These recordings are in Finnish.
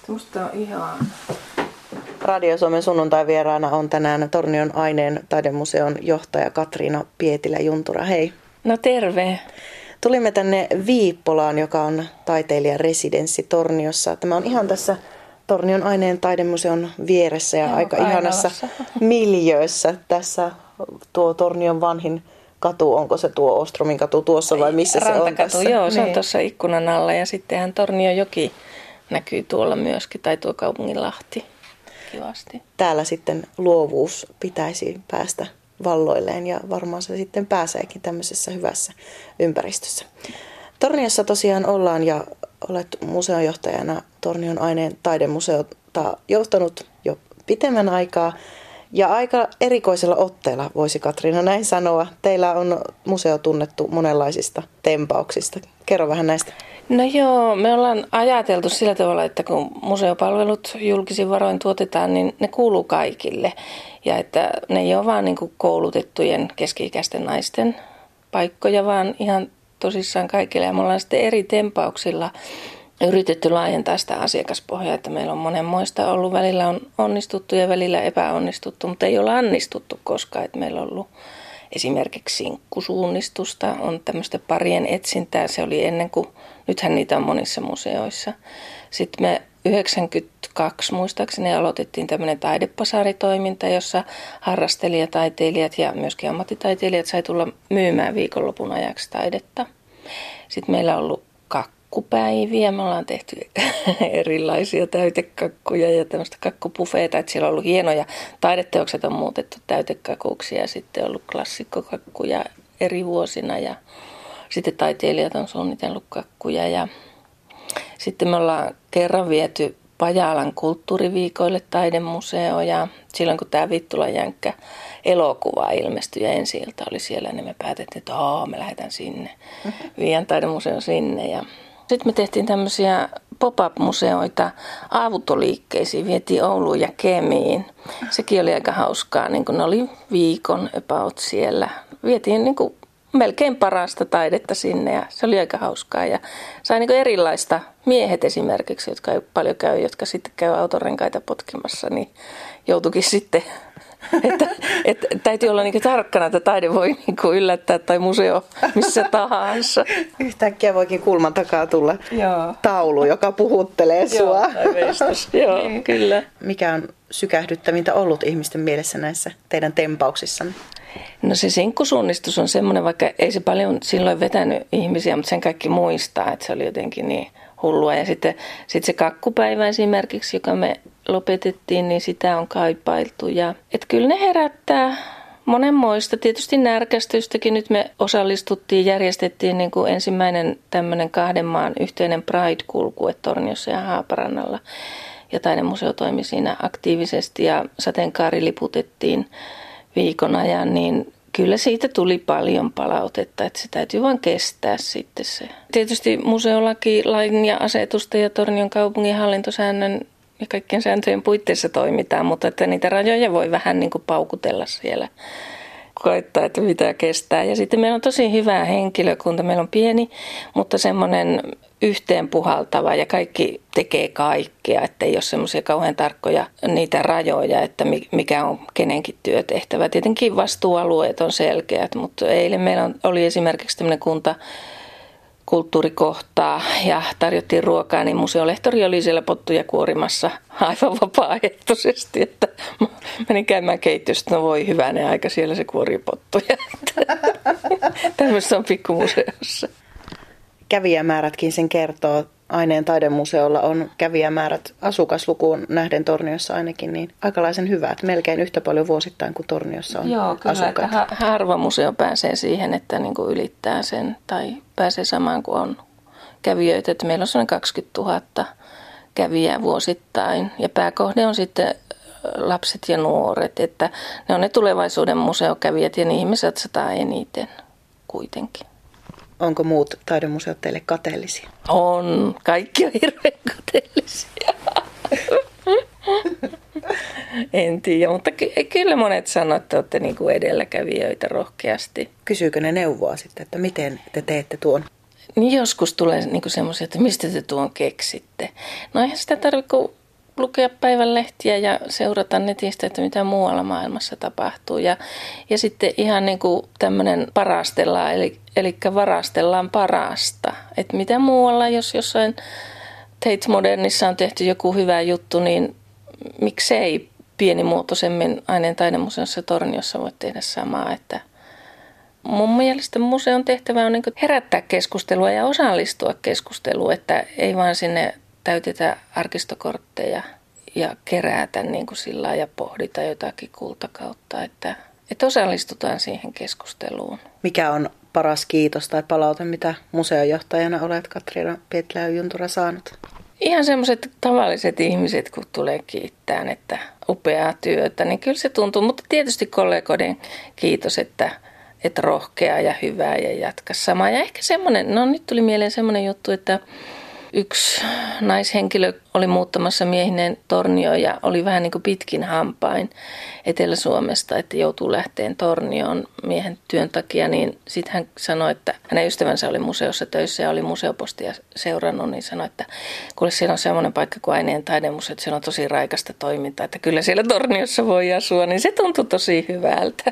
Musta on ihan... Radio Suomen sunnuntai-vieraana on tänään Tornion aineen taidemuseon johtaja Katriina Pietilä-Juntura. Hei. No terve. Tulimme tänne Viippolaan, joka on taiteilijan residenssi Torniossa. Tämä on ihan tässä Tornion aineen taidemuseon vieressä ja aika ihanassa miljöössä. Tässä tuo Tornion vanhin katu, onko se tuo Ostromin katu tuossa vai missä se on tässä? Joo, se on tuossa ikkunan alla ja sittenhän Tornionjoki näkyy tuolla myöskin, tai tuo Kaupunginlahti. Kivasti. Täällä sitten luovuus pitäisi päästä valloilleen ja varmaan se sitten pääseekin tämmöisessä hyvässä ympäristössä. Torniossa tosiaan ollaan ja olet museonjohtajana Tornion aineen taidemuseota johtanut jo pitemmän aikaa. Ja aika erikoisella otteella voisi Katriina näin sanoa. Teillä on museo tunnettu monenlaisista tempauksista. Kerro vähän näistä. No joo, me ollaan ajateltu sillä tavalla, että kun museopalvelut julkisin varoin tuotetaan, niin ne kuuluu kaikille. Ja että ne ei ole vaan niin kuin koulutettujen keski-ikäisten naisten paikkoja, vaan ihan tosissaan kaikille. Ja me ollaan sitten eri tempauksilla yritetty laajentaa sitä asiakaspohjaa, että meillä on monenmoista ollut. Välillä on onnistuttu ja välillä epäonnistuttu, mutta ei ole annistuttu koskaan. Että meillä on ollut esimerkiksi sinkkusuunnistusta, on tämmöistä parien etsintää. Se oli ennen kuin, nythän niitä on monissa museoissa. Sitten me 92 muistaakseni aloitettiin tämmöinen taidepasaritoiminta, jossa harrastelijataiteilijat ja myöskin ammattitaiteilijat sai tulla myymään viikonlopun ajaksi taidetta. Sitten meillä on ollut kakkupäiviä. Me ollaan tehty erilaisia täytekakkuja ja tämmöistä kakkupufeita, että siellä on ollut hienoja taideteokset on muutettu täytekakuksi ja sitten on ollut klassikkokakkuja eri vuosina ja sitten taiteilijat on suunnitellut kakkuja ja sitten me ollaan kerran viety Pajalan kulttuuriviikoille taidemuseo ja silloin kun tämä Vittulan jänkkä elokuva ilmestyi ja ensi-ilta oli siellä, niin me päätettiin, että me lähdetään sinne, Viian taidemuseo sinne ja sitten me tehtiin tämmöisiä pop-up-museoita aavutoliikkeisiin, vietiin Ouluun ja Kemiin. Sekin oli aika hauskaa, niin kun ne oli viikon about siellä. Vietiin niin kuin melkein parasta taidetta sinne ja se oli aika hauskaa. Ja sai niin kuin erilaista miehet esimerkiksi, jotka ei paljon käy, jotka sitten käy autorenkaita potkimassa, niin joutuikin sitten... että täytyy olla niinku tarkkana, että taide voi niinku yllättää tai museo missä tahansa. Yhtäkkiä voikin kulman takaa tulla taulu, joka puhuttelee sua. Tai veistos. Joo, kyllä. Mikä on sykähdyttävintä ollut ihmisten mielessä näissä teidän tempauksissanne? No se sinkkusuunnistus on semmoinen, vaikka ei se paljon silloin vetänyt ihmisiä, mutta sen kaikki muistaa, että se oli jotenkin niin hullua. Ja sitten se kakkupäivä esimerkiksi, joka me lopetettiin, niin sitä on kaipailtu. Ja, et kyllä ne herättää monenmoista. Tietysti närkästystäkin. Nyt me osallistuttiin, järjestettiin niin kuin ensimmäinen tämmöinen 2 maan yhteinen Pride-kulku Torniossa ja Haaparannalla. Ja taidemuseo toimi siinä aktiivisesti ja sateenkaari liputettiin viikon ajan, niin kyllä siitä tuli paljon palautetta, että se täytyy vain kestää sitten se. Tietysti museolaki, lain ja asetusta ja Tornion kaupungin hallintosäännön ja kaikkien sääntöjen puitteissa toimitaan, mutta että niitä rajoja voi vähän niin kuin paukutella siellä, koittaa, että mitä kestää. Ja sitten meillä on tosi hyvä henkilökunta, meillä on pieni, mutta semmoinen yhteenpuhaltava ja kaikki tekee kaikkea, että ei ole semmoisia kauhean tarkkoja niitä rajoja, että mikä on kenenkin työtehtävä. Tietenkin vastuualueet on selkeät, mutta eilen meillä oli esimerkiksi tämmöinen kulttuurikohtaa ja tarjottiin ruokaa, niin museolehtori oli siellä pottuja kuorimassa aivan vapaaehtoisesti, että menin käymään keittiöstä, no voi hyvänen aika, siellä se kuorii pottuja. Tämmöistä on pikkumuseossa. Kävijämäärätkin sen kertoo. Aineen taidemuseolla on kävijämäärät asukaslukuun nähden Torniossa ainakin niin aikalaisen hyvät, melkein yhtä paljon vuosittain kuin Torniossa on asukkaita. Joo, kyllä harva museo pääsee siihen, että niin kuin ylittää sen tai pääsee samaan kuin on kävijöitä. Että meillä on sellainen 20 000 kävijää vuosittain ja pääkohde on sitten lapset ja nuoret, että ne on ne tulevaisuuden museokävijät ja niihin me satsataan eniten kuitenkin. Onko muut taidemuseot teille kateellisia? On. Kaikki on hirveän kateellisia. En tiedä, mutta kyllä monet sanoo, että olette niin kuin edelläkävijöitä rohkeasti. Kysyykö ne neuvoa sitten, että miten te teette tuon? Niin joskus tulee niin semmoisia, että mistä te tuon keksitte. No eihän sitä tarvitse, kun lukea päivänlehtiä ja seurata netistä, että mitä muualla maailmassa tapahtuu. Ja sitten ihan niin kuin tämmöinen parastellaan, eli varastellaan parasta. Että mitä muualla, jos jossain Tate Modernissa on tehty joku hyvä juttu, niin miksei pienimuotoisemmin Aineen taidemuseossa Torniossa voi tehdä samaa. Että mun mielestä museon tehtävä on niin kuin herättää keskustelua ja osallistua keskusteluun, että ei vaan sinne täytetä arkistokortteja ja kerätä niin kuin sillä ja pohdita jotakin kultakautta, että osallistutaan siihen keskusteluun. Mikä on paras kiitos tai palaute, mitä museojohtajana olet, Katriina Pietilä-Juntura, saanut? Ihan semmoiset tavalliset ihmiset, kun tulee kiittämään, että upeaa työtä, niin kyllä se tuntuu. Mutta tietysti kollegoiden kiitos, että rohkeaa ja hyvää ja jatka samaa. Ja ehkä semmoinen, nyt tuli mieleen semmoinen juttu, että yksi naishenkilö oli muuttamassa miehineen Tornioon ja oli vähän niin kuin pitkin hampain Etelä-Suomesta, että joutuu lähteen Tornioon miehen työn takia. Niin sitten hän sanoi, että hänen ystävänsä oli museossa töissä ja oli museopostia seurannut, niin sanoi, että kuule siellä on semmoinen paikka kuin Aineen taidemuseo, että siellä on tosi raikasta toimintaa, että kyllä siellä Torniossa voi asua, niin se tuntui tosi hyvältä.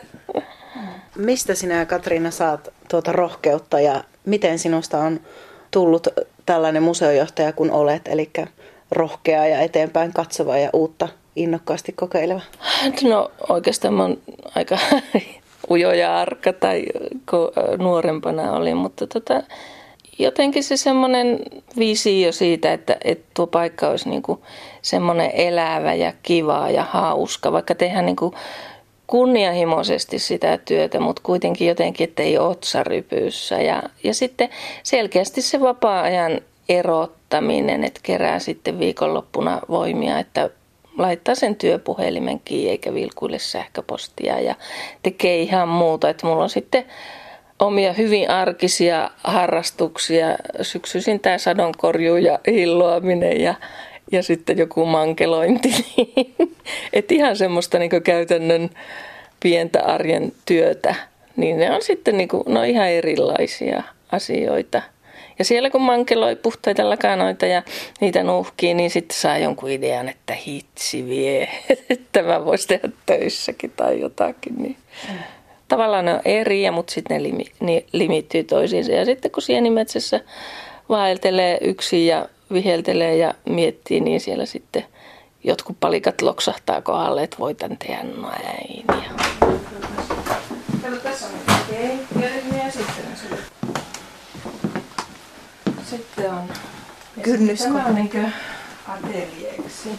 Mistä sinä, Katriina, saat tuota rohkeutta ja miten sinusta on tullut tällainen museojohtaja kuin olet, eli rohkea ja eteenpäin katsova ja uutta innokkaasti kokeileva? No oikeastaan mä oon aika ujo ja arka tai nuorempana olin, mutta jotenkin se semmoinen visio siitä, että tuo paikka olisi niinku semmoinen elävä ja kiva ja hauska, vaikka tehdään niinku kunnianhimoisesti sitä työtä, mutta kuitenkin jotenkin, että ei otsarypyssä. Ja sitten selkeästi se vapaa-ajan erottaminen, että kerää sitten viikonloppuna voimia, että laittaa sen työpuhelimen kiinni eikä vilkuille sähköpostia ja tekee ihan muuta. Että mulla on sitten omia hyvin arkisia harrastuksia, syksyisin tämä sadonkorjuu ja hilloaminen ja sitten joku mankelointi. Että ihan semmoista niin käytännön pientä arjen työtä, niin ne on sitten niin kuin, ihan erilaisia asioita. Ja siellä kun mankeloi puhtaita lakanoita ja niitä nuuhkii, niin sitten saa jonkun idean, että hitsi vie, että mä voisi tehdä töissäkin tai jotakin. Niin. Tavallaan ne on eri, mutta sitten ne limittyy toisiinsa. Ja sitten kun sienimetsässä vaeltelee yksin ja viheltelee ja miettii, niin siellä sitten jotkut palikat loksahtaa kohdalle, että voi tän tehdä näin. Kato, tässä on keittiöryhmiä ja sitten on Kynnys. Tämä on niin kuin ateljeeksi.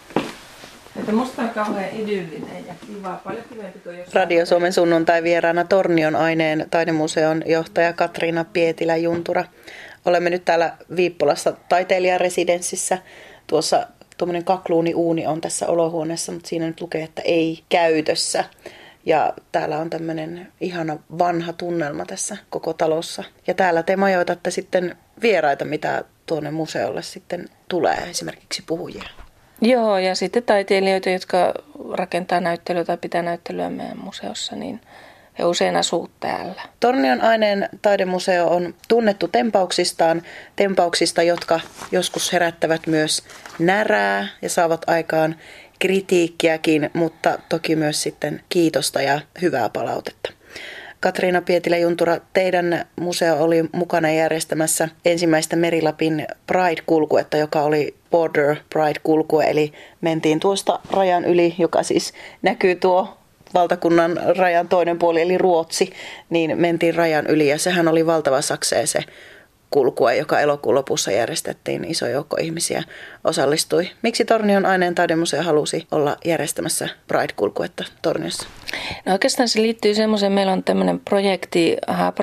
Että musta on kauhean idyllinen ja kiva, paljon kivempi kuin jos... Radio Suomen sunnuntai vieraana Tornion Aineen taidemuseon johtaja Katriina Pietilä-Juntura. Olemme nyt täällä Viippolassa taiteilijaresidenssissä. Tuossa tuommoinen kakluuni-uuni on tässä olohuoneessa, mutta siinä nyt lukee, että ei käytössä. Ja täällä on tämmöinen ihana vanha tunnelma tässä koko talossa. Ja täällä te majoitatte sitten vieraita, mitä tuonne museolle sitten tulee, esimerkiksi puhujia. Joo, ja sitten taiteilijoita, jotka rakentaa näyttelyä tai pitää näyttelyä meidän museossa, niin he usein asuu täällä. Tornion Aineen taidemuseo on tunnettu tempauksista, jotka joskus herättävät myös närää ja saavat aikaan kritiikkiäkin, mutta toki myös sitten kiitosta ja hyvää palautetta. Katriina Pietilä-Juntura, teidän museo oli mukana järjestämässä ensimmäistä Merilapin Pride-kulkuetta, joka oli Border Pride-kulkue, eli mentiin tuosta rajan yli, joka siis näkyy tuo valtakunnan rajan toinen puoli, eli Ruotsi, niin mentiin rajan yli ja sehän oli valtava saksee se kulkue, joka elokuun lopussa järjestettiin. Iso joukko ihmisiä osallistui. Miksi Tornion Aineen taidemuseo halusi olla järjestämässä Pride-kulkuetta Torniossa? No oikeastaan se liittyy semmoiseen, meillä on tämmöinen projekti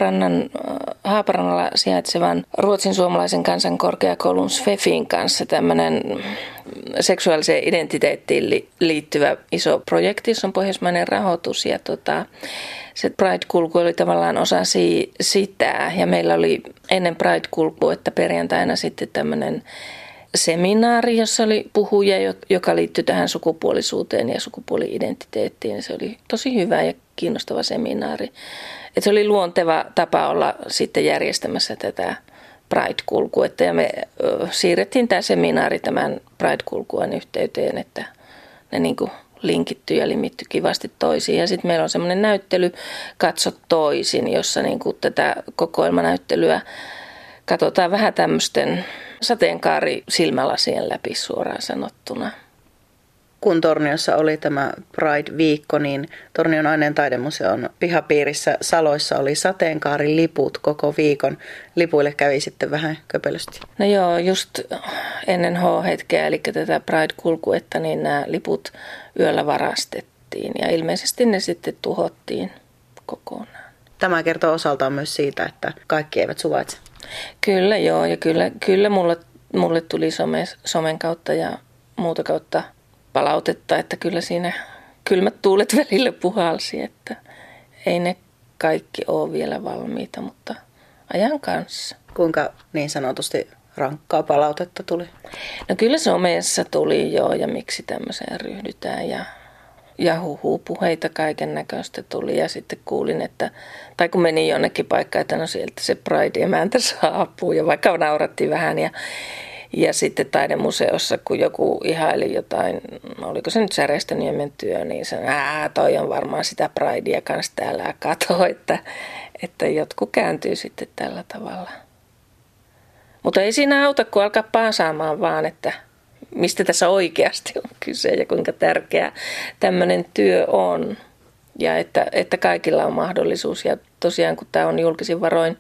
Haaparannalla sijaitsevan ruotsin suomalaisen kansankorkeakoulun SFEFin kanssa, tämmöinen seksuaaliseen identiteettiin liittyvä iso projekti, jossa on pohjoismainen rahoitus ja se Pride-kulku oli tavallaan osa sitä ja meillä oli ennen Pride-kulkua, että perjantaina sitten tämmöinen seminaari, jossa oli puhuja, joka liittyi tähän sukupuolisuuteen ja sukupuoli-identiteettiin. Se oli tosi hyvä ja kiinnostava seminaari. Et se oli luonteva tapa olla sitten järjestämässä tätä Pride-kulkuetta ja me siirrettiin tämä seminaari tämän Pride-kulkueen yhteyteen, että ne niin kuin linkitty ja limitty kivasti toisiin. Ja sitten meillä on semmoinen näyttely Katso toisin, jossa niin kuin tätä kokoelmanäyttelyä katsotaan vähän tämmöisten sateenkaarisilmälasien läpi suoraan sanottuna. Kun Torniossa oli tämä Pride-viikko, niin Tornion aineen taidemuseon pihapiirissä Saloissa oli sateenkaariliput koko viikon. Lipuille kävi sitten vähän köpelösti. No joo, just ennen H-hetkeä, eli tätä Pride-kulkuetta, niin nämä liput yöllä varastettiin ja ilmeisesti ne sitten tuhottiin kokonaan. Tämä kertoo osaltaan myös siitä, että kaikki eivät suvaitse. Kyllä joo, ja kyllä mulle tuli somen kautta ja muuta kautta palautetta, että kyllä siinä kylmät tuulet välillä puhalsi, että ei ne kaikki ole vielä valmiita, mutta ajan kanssa. Kuinka niin sanotusti rankkaa palautetta tuli? No kyllä somessa tuli joo, ja miksi tämmöiseen ryhdytään ja huhupuheita kaiken näköistä tuli ja sitten kuulin, että, tai kun menin jonnekin paikkaan, että no sieltä se Pride-emäntä saapuu ja vaikka naurattiin vähän ja sitten taidemuseossa, kun joku ihaili jotain, oliko se nyt Särestäniemen työ, niin sanoi, toi on varmaan sitä Pridea kanssa täällä kato, että jotkut kääntyy sitten tällä tavalla. Mutta ei siinä auta, kun alkaa paasaamaan vaan, että mistä tässä oikeasti on kyse ja kuinka tärkeä tämmöinen työ on. Ja että kaikilla on mahdollisuus. Ja tosiaan, kun tämä on julkisin varoin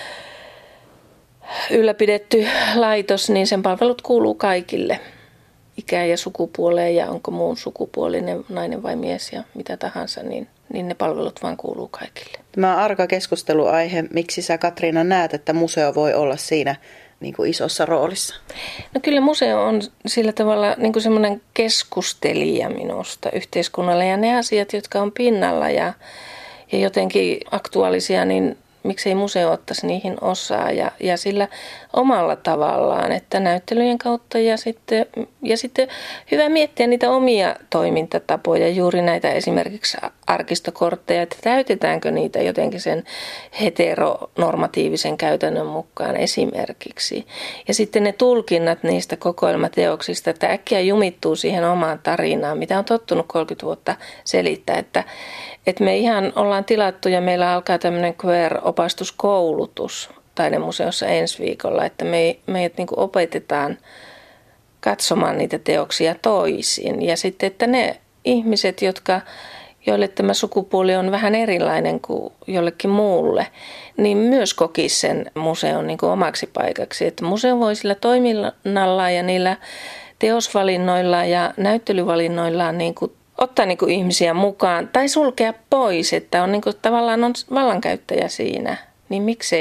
ylläpidetty laitos, niin sen palvelut kuuluu kaikille ikään ja sukupuoleen ja onko muun sukupuolinen nainen vai mies ja mitä tahansa, niin ne palvelut vaan kuuluu kaikille. Tämä on arka keskusteluaihe. Miksi sä, Katriina, näet, että museo voi olla siinä niin kuin isossa roolissa? No kyllä museo on sillä tavalla niin kuin semmoinen keskustelija minusta yhteiskunnalle ja ne asiat, jotka on pinnalla ja jotenkin aktuaalisia, niin miksei museo ottaisi niihin osaa ja sillä omalla tavallaan, että näyttelyjen kautta ja sitten hyvä miettiä niitä omia toimintatapoja, juuri näitä esimerkiksi arkistokortteja, että täytetäänkö niitä jotenkin sen heteronormatiivisen käytännön mukaan esimerkiksi. Ja sitten ne tulkinnat niistä kokoelmateoksista, että äkkiä jumittuu siihen omaan tarinaan, mitä on tottunut 30 vuotta selittää, että me ihan ollaan tilattu ja meillä alkaa tämmöinen queer-opastuskoulutus taidemuseossa ensi viikolla, että meidät niin kuin opetetaan katsomaan niitä teoksia toisin. Ja sitten, että ne ihmiset, joille tämä sukupuoli on vähän erilainen kuin jollekin muulle, niin myös kokisi sen museon niin kuin omaksi paikaksi. Että museo voi sillä toiminnallaan ja niillä teosvalinnoillaan ja näyttelyvalinnoillaan niin kuin ottaa niin kuin ihmisiä mukaan tai sulkea pois, että on niin kuin, tavallaan on vallankäyttäjä siinä, niin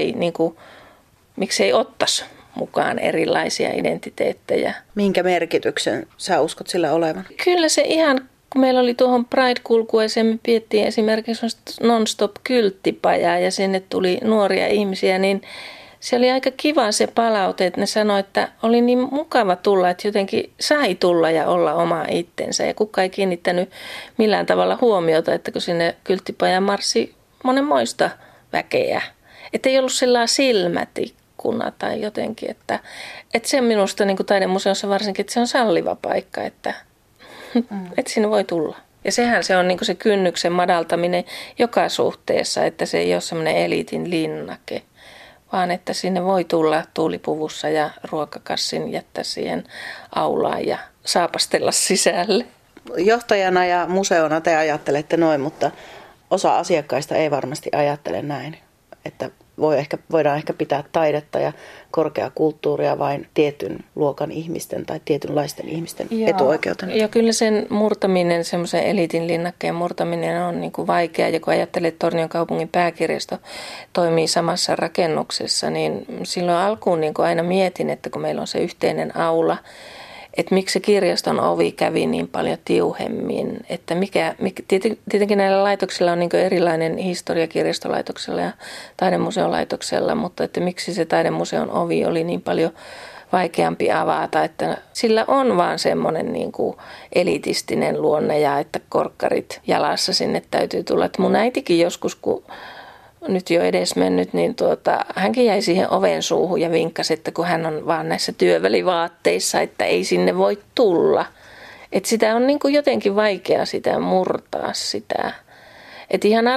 miksei ottaisi mukaan erilaisia identiteettejä. Minkä merkityksen sä uskot sillä olevan? Kyllä se ihan, kun meillä oli tuohon Pride-kulkueeseen, me piettiin esimerkiksi non-stop-kylttipajaa ja sinne tuli nuoria ihmisiä, niin se oli aika kiva se palaute, että ne sanoi, että oli niin mukava tulla, että jotenkin sai tulla ja olla oma itsensä. Ja kukaan ei kiinnittänyt millään tavalla huomiota, että kun sinne kylttipajaan marssi monenmoista väkeä. Että ei ollut sellainen silmätikkuna tai jotenkin, että se minusta niin kuin taidemuseossa varsinkin, että se on salliva paikka, että sinne voi tulla. Ja sehän se on niin kuin se kynnyksen madaltaminen joka suhteessa, että se ei ole semmoinen eliitin linnake, vaan että sinne voi tulla tuulipuvussa ja ruokakassin jättää siihen aulaan ja saapastella sisälle. Johtajana ja museona te ajattelette noin, mutta osa asiakkaista ei varmasti ajattele näin, että voidaan ehkä pitää taidetta ja korkeakulttuuria vain tietyn luokan ihmisten tai tietynlaisten ihmisten etuoikeutena. Ja kyllä sen murtaminen, semmoisen eliitin linnakkeen murtaminen on niin kuin vaikea. Ja kun ajattelee, että Tornion kaupungin pääkirjasto toimii samassa rakennuksessa, niin silloin alkuun niin kuin aina mietin, että kun meillä on se yhteinen aula, että miksi se kirjaston ovi kävi niin paljon tiuhemmin, että tietenkin näillä laitoksilla on niin erilainen historia kirjastolaitoksella ja taidemuseolaitoksella, mutta että miksi se taidemuseon ovi oli niin paljon vaikeampi avata, että sillä on vaan semmoinen niin kuin elitistinen luonne ja että korkkarit jalassa sinne täytyy tulla. Että mun äitikin joskus, kun nyt jo edesmennyt, niin hänkin jäi siihen oven suuhun ja vinkkasi, että kun hän on vaan näissä työvälivaatteissa, että ei sinne voi tulla. Että sitä on niin kuin jotenkin vaikea sitä murtaa sitä. Että ihan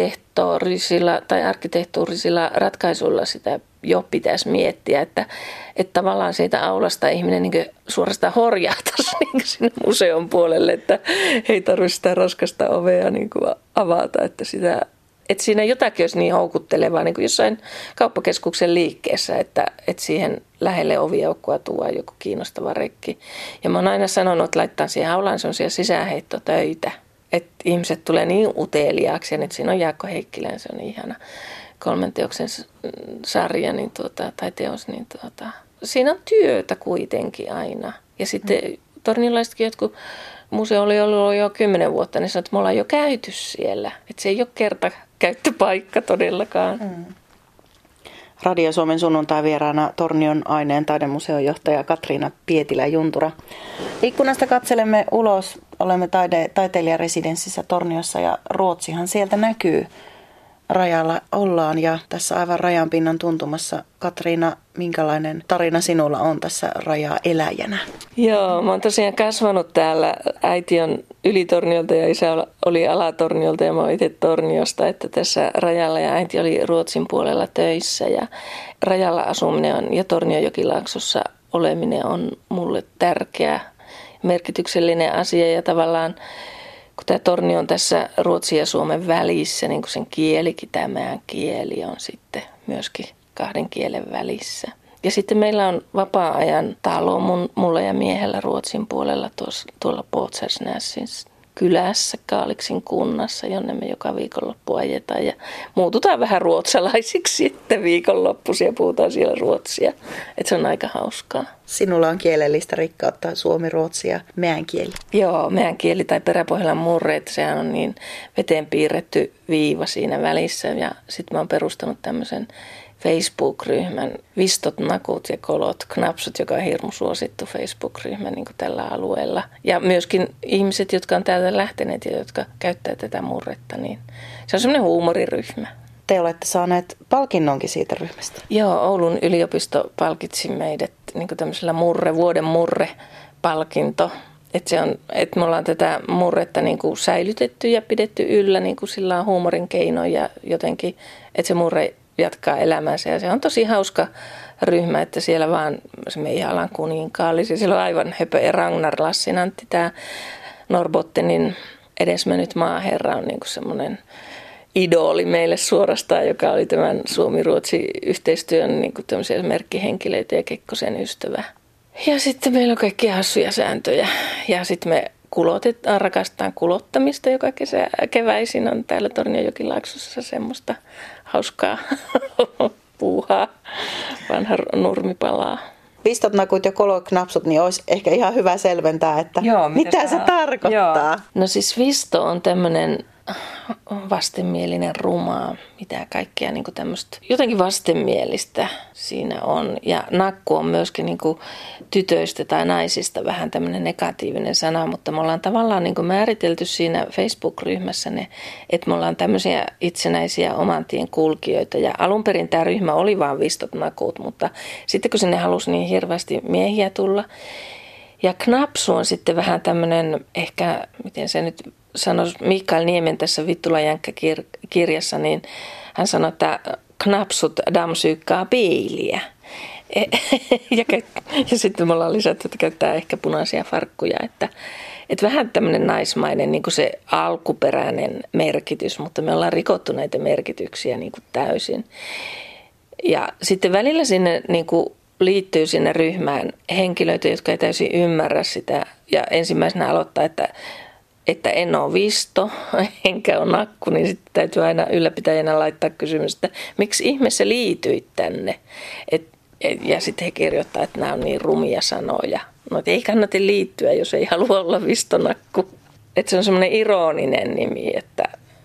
arkkitehtuurisilla ratkaisuilla sitä jo pitäisi miettiä, että tavallaan siitä aulasta ihminen niin suorastaan horjahtaisi niin sinne museon puolelle, että ei tarvitse sitä raskasta ovea niin kuin avata, että siinä jotakin olisi niin houkuttelevaa, niin kuin jossain kauppakeskuksen liikkeessä, että siihen lähelle oviaukkoa tuodaan joku kiinnostava rekki. Ja mä oon aina sanonut, että laittaa siihen aulaan sellaisia sisäänheittotöitä, että ihmiset tulee niin uteliaaksi, ja nyt siinä on Jaakko Heikkilän, se on ihana 3 teoksen sarja tai teos, niin siinä on työtä kuitenkin aina. Ja sitten torniolaisetkin jotkut museo oli ollut jo 10 vuotta, niin sanoi, että me ollaan jo käyty siellä. Että se ei ole kertakäyttöpaikka todellakaan. Radio Suomen sunnuntai-vieraana Tornion aineen taidemuseon johtaja Katriina Pietilä-Juntura. Ikkunasta katselemme ulos, olemme taiteilijaresidenssissä Torniossa ja Ruotsihan sieltä näkyy. Rajalla ollaan ja tässä aivan rajanpinnan tuntumassa. Katriina, minkälainen tarina sinulla on tässä rajaa eläjänä? Joo, mä oon tosiaan kasvanut täällä. Äiti on Ylitorniolta ja isä oli Alatorniolta ja mä oon itse Torniosta, että tässä rajalla ja äiti oli Ruotsin puolella töissä ja rajalla asuminen ja Tornionjokilaaksossa oleminen on mulle tärkeä, merkityksellinen asia ja tavallaan kun tämä Tornio on tässä Ruotsin ja Suomen välissä, niin kuin sen kielikin, tämä meidän kieli on sitten myöskin 2 kielen välissä. Ja sitten meillä on vapaa-ajan talo mulla ja miehellä Ruotsin puolella tuolla Båtskärsnäsin kylässä, Kaaliksin kunnassa, jonne me joka viikonloppu ajetaan. Ja muututaan vähän ruotsalaisiksi sitten viikonloppuisia ja puhutaan siellä ruotsia. Että se on aika hauskaa. Sinulla on kielellistä rikkautta suomi, ruotsi ja meän kieli. Joo, meän kieli tai peräpohjalan murre, että sehän on niin veteen piirretty viiva siinä välissä. Ja sitten mä oon perustanut tämmöisen Facebook-ryhmän Vistot, nakut ja kolot, knapsut, joka on hirmu suosittu Facebook-ryhmä niin kuin tällä alueella. Ja myöskin ihmiset, jotka on täältä lähteneet ja jotka käyttää tätä murretta, niin se on semmoinen huumoriryhmä. Te olette saaneet palkinnonkin siitä ryhmästä. Joo, Oulun yliopisto palkitsi meidät niin kuin tämmöisellä vuoden murre-palkinto. Että me ollaan tätä murretta niin kuin säilytetty ja pidetty yllä niin kuin sillä on huumorin keinoin ja jotenkin, että se murre jatkaa elämänsä. Ja se on tosi hauska ryhmä, että siellä vaan se meidän alan kuninkaallisia. Siellä on aivan höpö ja Ragnar Lassinantti, tämä Norrbottenin edesmennyt maaherra on niin kuin semmoinen idoli meille suorastaan, joka oli tämän Suomi-Ruotsi-yhteistyön niin kuin tämmöisiä merkkihenkilöitä ja Kekkosen ystävä. Ja sitten meillä on kaikkia hassuja sääntöjä. Ja sitten me rakastetaan kulottamista, joka keväisin on täällä Tornionjokilaaksossa semmoista hauskaa puuhaa, vanha nurmipalaa. Vistot, nakut ja kolot, knapsut, niin olisi ehkä ihan hyvä selventää, että joo, mitä se tarkoittaa. Joo. No siis visto on tämmöinen vastenmielinen rumaa, mitä kaikkea niin kuin tämmöistä jotenkin vastenmielistä siinä on. Ja nakku on myöskin niin kuin tytöistä tai naisista vähän tämmöinen negatiivinen sana, mutta me ollaan tavallaan niin kuin määritelty siinä Facebook-ryhmässä ne, että me ollaan tämmöisiä itsenäisiä oman tien kulkijoita. Ja alun perin tämä ryhmä oli vaan vistot, nakut, mutta sitten kun sinne halusi niin hirveästi miehiä tulla. Ja knapsu on sitten vähän tämmöinen, ehkä, miten se nyt sanoisi, Mikael Niemen tässä Vittula Jänkkä-kirjassa, niin hän sanoi, että knapsut damsykkaa peiliä. Ja sitten me ollaan lisätty, että käyttää ehkä punaisia farkkuja, että vähän tämmöinen naismainen niin kuin se alkuperäinen merkitys, mutta me ollaan rikottu näitä merkityksiä niin kuin täysin. Ja sitten välillä sinne niin kuin liittyy sinne ryhmään henkilöitä, jotka ei täysin ymmärrä sitä ja ensimmäisenä aloittaa, että en ole visto, enkä ole nakku, niin sitten täytyy aina ylläpitäjänä laittaa kysymys, että miksi ihmeessä liityit tänne? Ja sitten he kirjoittaa, että nämä on niin rumia sanoja. No, ei kannata liittyä, jos ei halua olla vistonakku. Että se on semmoinen ironinen nimi, että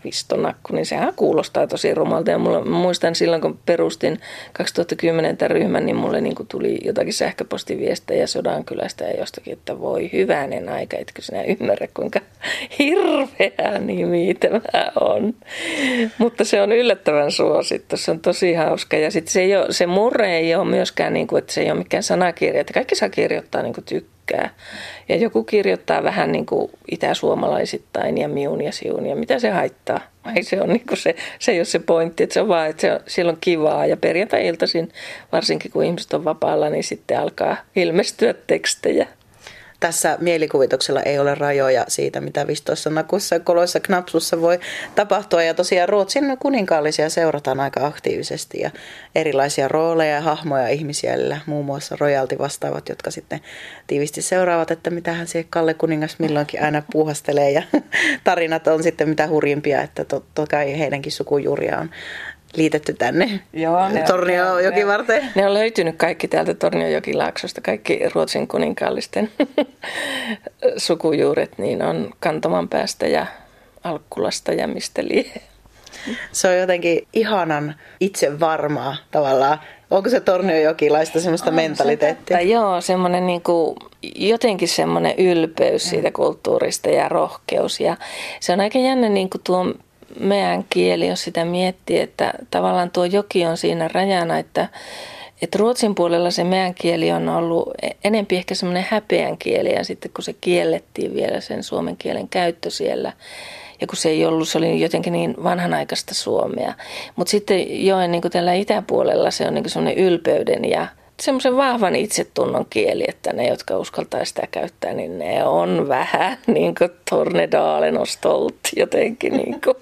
pistonakku, niin sehän kuulostaa tosi rumalta. Ja mä muistan silloin, kun perustin 2010 tämän ryhmän, niin mulle niin kuin tuli jotakin sähköpostiviestejä Sodankylästä ja jostakin, että voi hyvänen aika, etkö sinä ymmärrä, kuinka hirveä nimi tämä on. Mutta se on yllättävän suosittu, se on tosi hauska. Ja sitten se murre ei ole myöskään, niin kuin, että se ei ole mikään sanakirja, että kaikki saa kirjoittaa niin kuin tykkää. Ja joku kirjoittaa vähän niin kuin itäsuomalaisittain ja miun ja siun ja mitä se haittaa. Ei se, on niin kuin se ei ole se pointti, että se on vaan, että siellä on kivaa. Ja perjantai-iltaisin, varsinkin kun ihmiset on vapaalla, niin sitten alkaa ilmestyä tekstejä. Tässä mielikuvituksella ei ole rajoja siitä, mitä Vistoissa, Nakussa, Koloissa, Knapsussa voi tapahtua. Ja tosiaan Ruotsin kuninkaallisia seurataan aika aktiivisesti ja erilaisia rooleja ja hahmoja ihmisillä, muun muassa rojalti vastaavat, jotka sitten tiivisti seuraavat, että mitähän se Kalle kuningas milloinkin aina puuhastelee. Ja tarinat on sitten mitä hurjimpia, että totta kai heidänkin sukujuuria on liitetty tänne Tornionjokivarteen. Ne on löytynyt kaikki täältä Tornionjokilaaksosta, kaikki Ruotsin kuninkaallisten sukujuuret, niin on Kantomanpäästä ja Alkkulasta ja mistä lie. Se on jotenkin ihanan itsevarmaa tavallaan. Onko se tornionjokilaista semmoista mentaliteettia? Joo, semmoinen niinku, jotenkin semmoinen ylpeys siitä kulttuurista ja rohkeus. Ja se on aika jännä niinku tuo meän kieli, jos sitä miettii, että tavallaan tuo joki on siinä rajana, että Ruotsin puolella se meän kieli on ollut enempi ehkä semmoinen häpeän kieli ja sitten kun se kiellettiin vielä sen suomen kielen käyttö siellä ja kun se ei ollut, se oli jotenkin niin vanhanaikaista suomea. Mutta sitten joen niin kuin tällä itäpuolella se on niin kuin semmoinen ylpeyden ja semmoisen vahvan itsetunnon kieli, että ne, jotka uskaltaa sitä käyttää, niin ne on vähän niin kuin Tornedalen och stolt jotenkin. Niin kuin.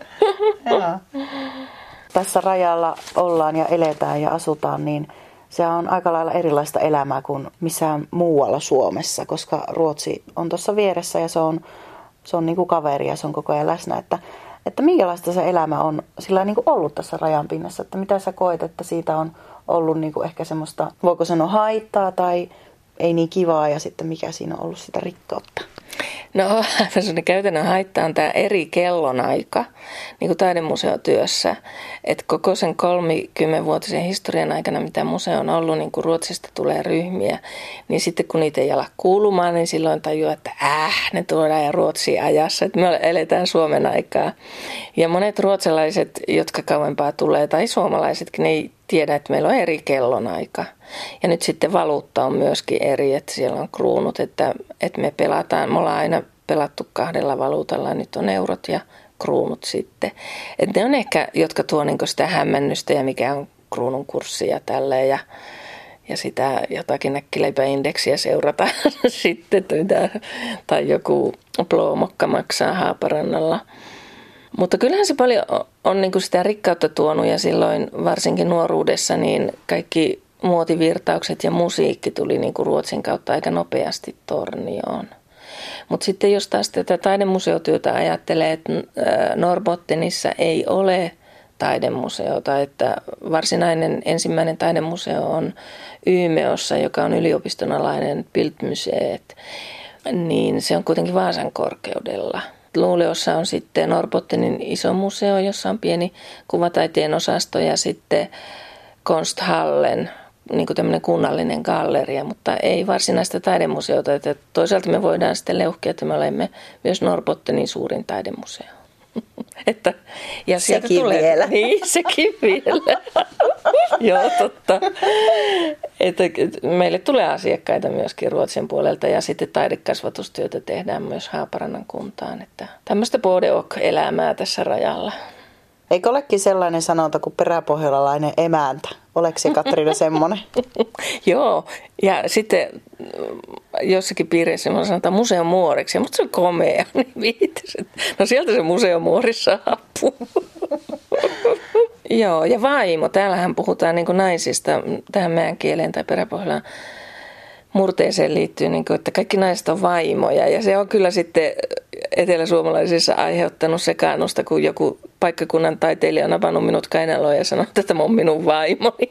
Tässä rajalla ollaan ja eletään ja asutaan, niin se on aika lailla erilaista elämää kuin missään muualla Suomessa, koska Ruotsi on tuossa vieressä ja se on niin kuin kaveri ja se on koko ajan läsnä. Että minkälaista se elämä on sillä niin kuin ollut tässä rajan pinnassa, että mitä sä koet, että siitä on ollut niin kuin ehkä semmoista, voiko sanoa haittaa tai ei niin kivaa ja sitten mikä siinä on ollut sitä rikkautta? No, käytännön haitta on tämä eri kellonaika, niin kuin taidemuseotyössä. Että koko sen 30-vuotisen historian aikana, mitä museo on ollut, niin kun Ruotsista tulee ryhmiä, niin sitten kun niitä ei ala kuulumaan, niin silloin tajuaa, että ne tuodaan ja Ruotsiin ajassa, että me eletään Suomen aikaa. Ja monet ruotsalaiset, jotka kauempaa tulee, tai suomalaisetkin, ne ei tiedä, että meillä on eri kellonaika. Ja nyt sitten valuutta on myöskin eri, että siellä on kruunut, että me ollaan aina pelattu 2 valuutalla, nyt on eurot ja kruunut sitten. Että ne on ehkä, jotka tuo niin sitä hämmennystä ja mikä on kruunun kurssi ja tälleen ja sitä jotakin näkkileipäindeksiä seurata sitten, tai joku ploomokka maksaa Haaparannalla. Mutta kyllähän se paljon on niin kuin sitä rikkautta tuonut ja silloin varsinkin nuoruudessa niin kaikki muotivirtaukset ja musiikki tuli niin kuin Ruotsin kautta aika nopeasti Tornioon. Mutta sitten jos taas tätä taidemuseotyötä ajattelee, että Norrbottenissa ei ole taidemuseota, että varsinainen ensimmäinen taidemuseo on Umeåssa, joka on yliopiston alainen Bildmuseet, niin se on kuitenkin Vaasan korkeudella. Luleåssa on sitten Norrbottenin iso museo, jossa on pieni kuvataiteen osasto ja sitten Konsthallen, niin kuin tämmöinen kunnallinen galleria, mutta ei varsinaista taidemuseota. Että toisaalta me voidaan sitten leuhkia, että me olemme myös Norrbottenin suurin taidemuseo. Ja sekin tulee, vielä. Niin, sekin vielä. Joo, totta. Että meille tulee asiakkaita myöskin Ruotsin puolelta ja sitten taidekasvatustyötä tehdään myös Haaparannan kuntaan. Että tämmöistä bodeok-elämää tässä rajalla. Eikö olekin sellainen sanonta kuin peräpohjalainen emäntä? Oleeko se Katriina semmoinen? Joo, ja sitten jossakin piirissä sanotaan museomuoriksi, mutta se on komea, niin viitis. No sieltä se museomuori saapuu. Joo, ja vaimo. Täällähän puhutaan niin kuin naisista tähän meidän kieleen tai peräpohjalaan murteeseen liittyy, niin kuin, että kaikki naiset on vaimoja. Ja se on kyllä sitten eteläsuomalaisissa aiheuttanut sekaannusta, kun joku paikkakunnan taiteilija on avannut minut kainaloon ja sanonut, että tämä on minun vaimoni.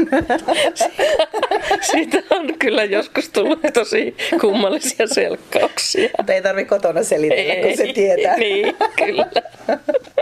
Siitä on kyllä joskus tullut tosi kummallisia selkkauksia. Ei tarvitse kotona selitellä, kun se tietää. Niin, kyllä.